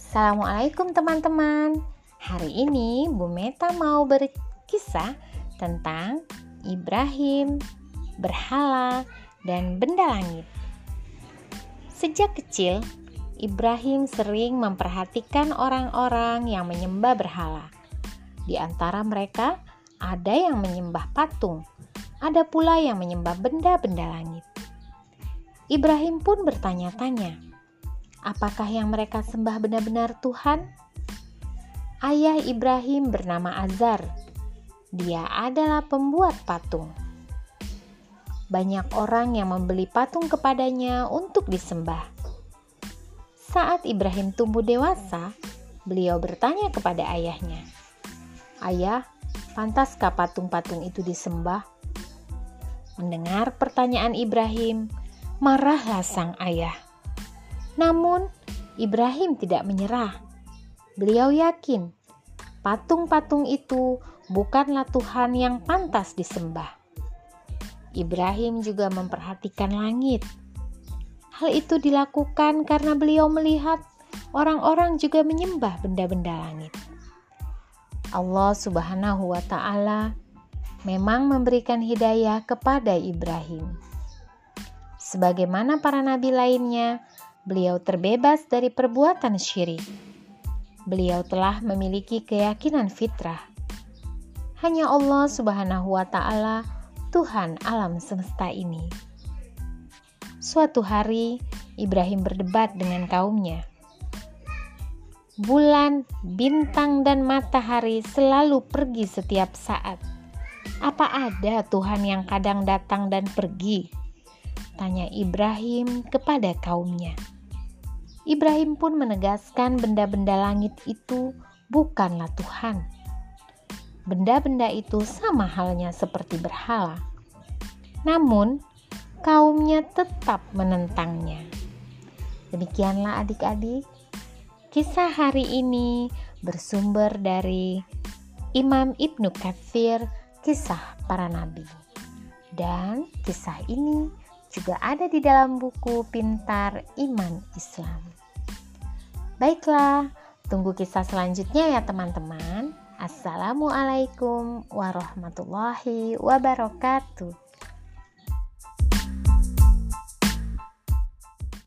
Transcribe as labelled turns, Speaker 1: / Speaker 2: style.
Speaker 1: Assalamualaikum teman-teman. Hari ini Bu Meta mau berkisah tentang Ibrahim, berhala, dan benda langit. Sejak kecil, Ibrahim sering memperhatikan orang-orang yang menyembah berhala. Di antara mereka ada yang menyembah patung, ada pula yang menyembah benda-benda langit. Ibrahim pun bertanya-tanya, apakah yang mereka sembah benar-benar Tuhan? Ayah Ibrahim bernama Azar. Dia adalah pembuat patung. Banyak orang yang membeli patung kepadanya untuk disembah. Saat Ibrahim tumbuh dewasa, beliau bertanya kepada ayahnya, "Ayah, pantaskah patung-patung itu disembah?" Mendengar pertanyaan Ibrahim, marahlah sang ayah. Namun, Ibrahim tidak menyerah. Beliau yakin patung-patung itu bukanlah Tuhan yang pantas disembah. Ibrahim juga memperhatikan langit. Hal itu dilakukan karena beliau melihat orang-orang juga menyembah benda-benda langit. Allah Subhanahu wa Ta'ala memang memberikan hidayah kepada Ibrahim. Sebagaimana para nabi lainnya, beliau terbebas dari perbuatan syirik. Beliau telah memiliki keyakinan fitrah. Hanya Allah Subhanahu wa Ta'ala, Tuhan alam semesta ini. Suatu hari, Ibrahim berdebat dengan kaumnya. Bulan, bintang, dan matahari selalu pergi setiap saat. Apa ada Tuhan yang kadang datang dan pergi? Tanya Ibrahim kepada kaumnya. Ibrahim pun menegaskan benda-benda langit itu bukanlah Tuhan. Benda-benda itu sama halnya seperti berhala. Namun, kaumnya tetap menentangnya. Demikianlah adik-adik, kisah hari ini bersumber dari Imam Ibnu Katsir, Kisah Para Nabi. Dan kisah ini juga ada di dalam buku Pintar Iman Islam. Baiklah, tunggu kisah selanjutnya ya teman-teman. Assalamualaikum warahmatullahi wabarakatuh.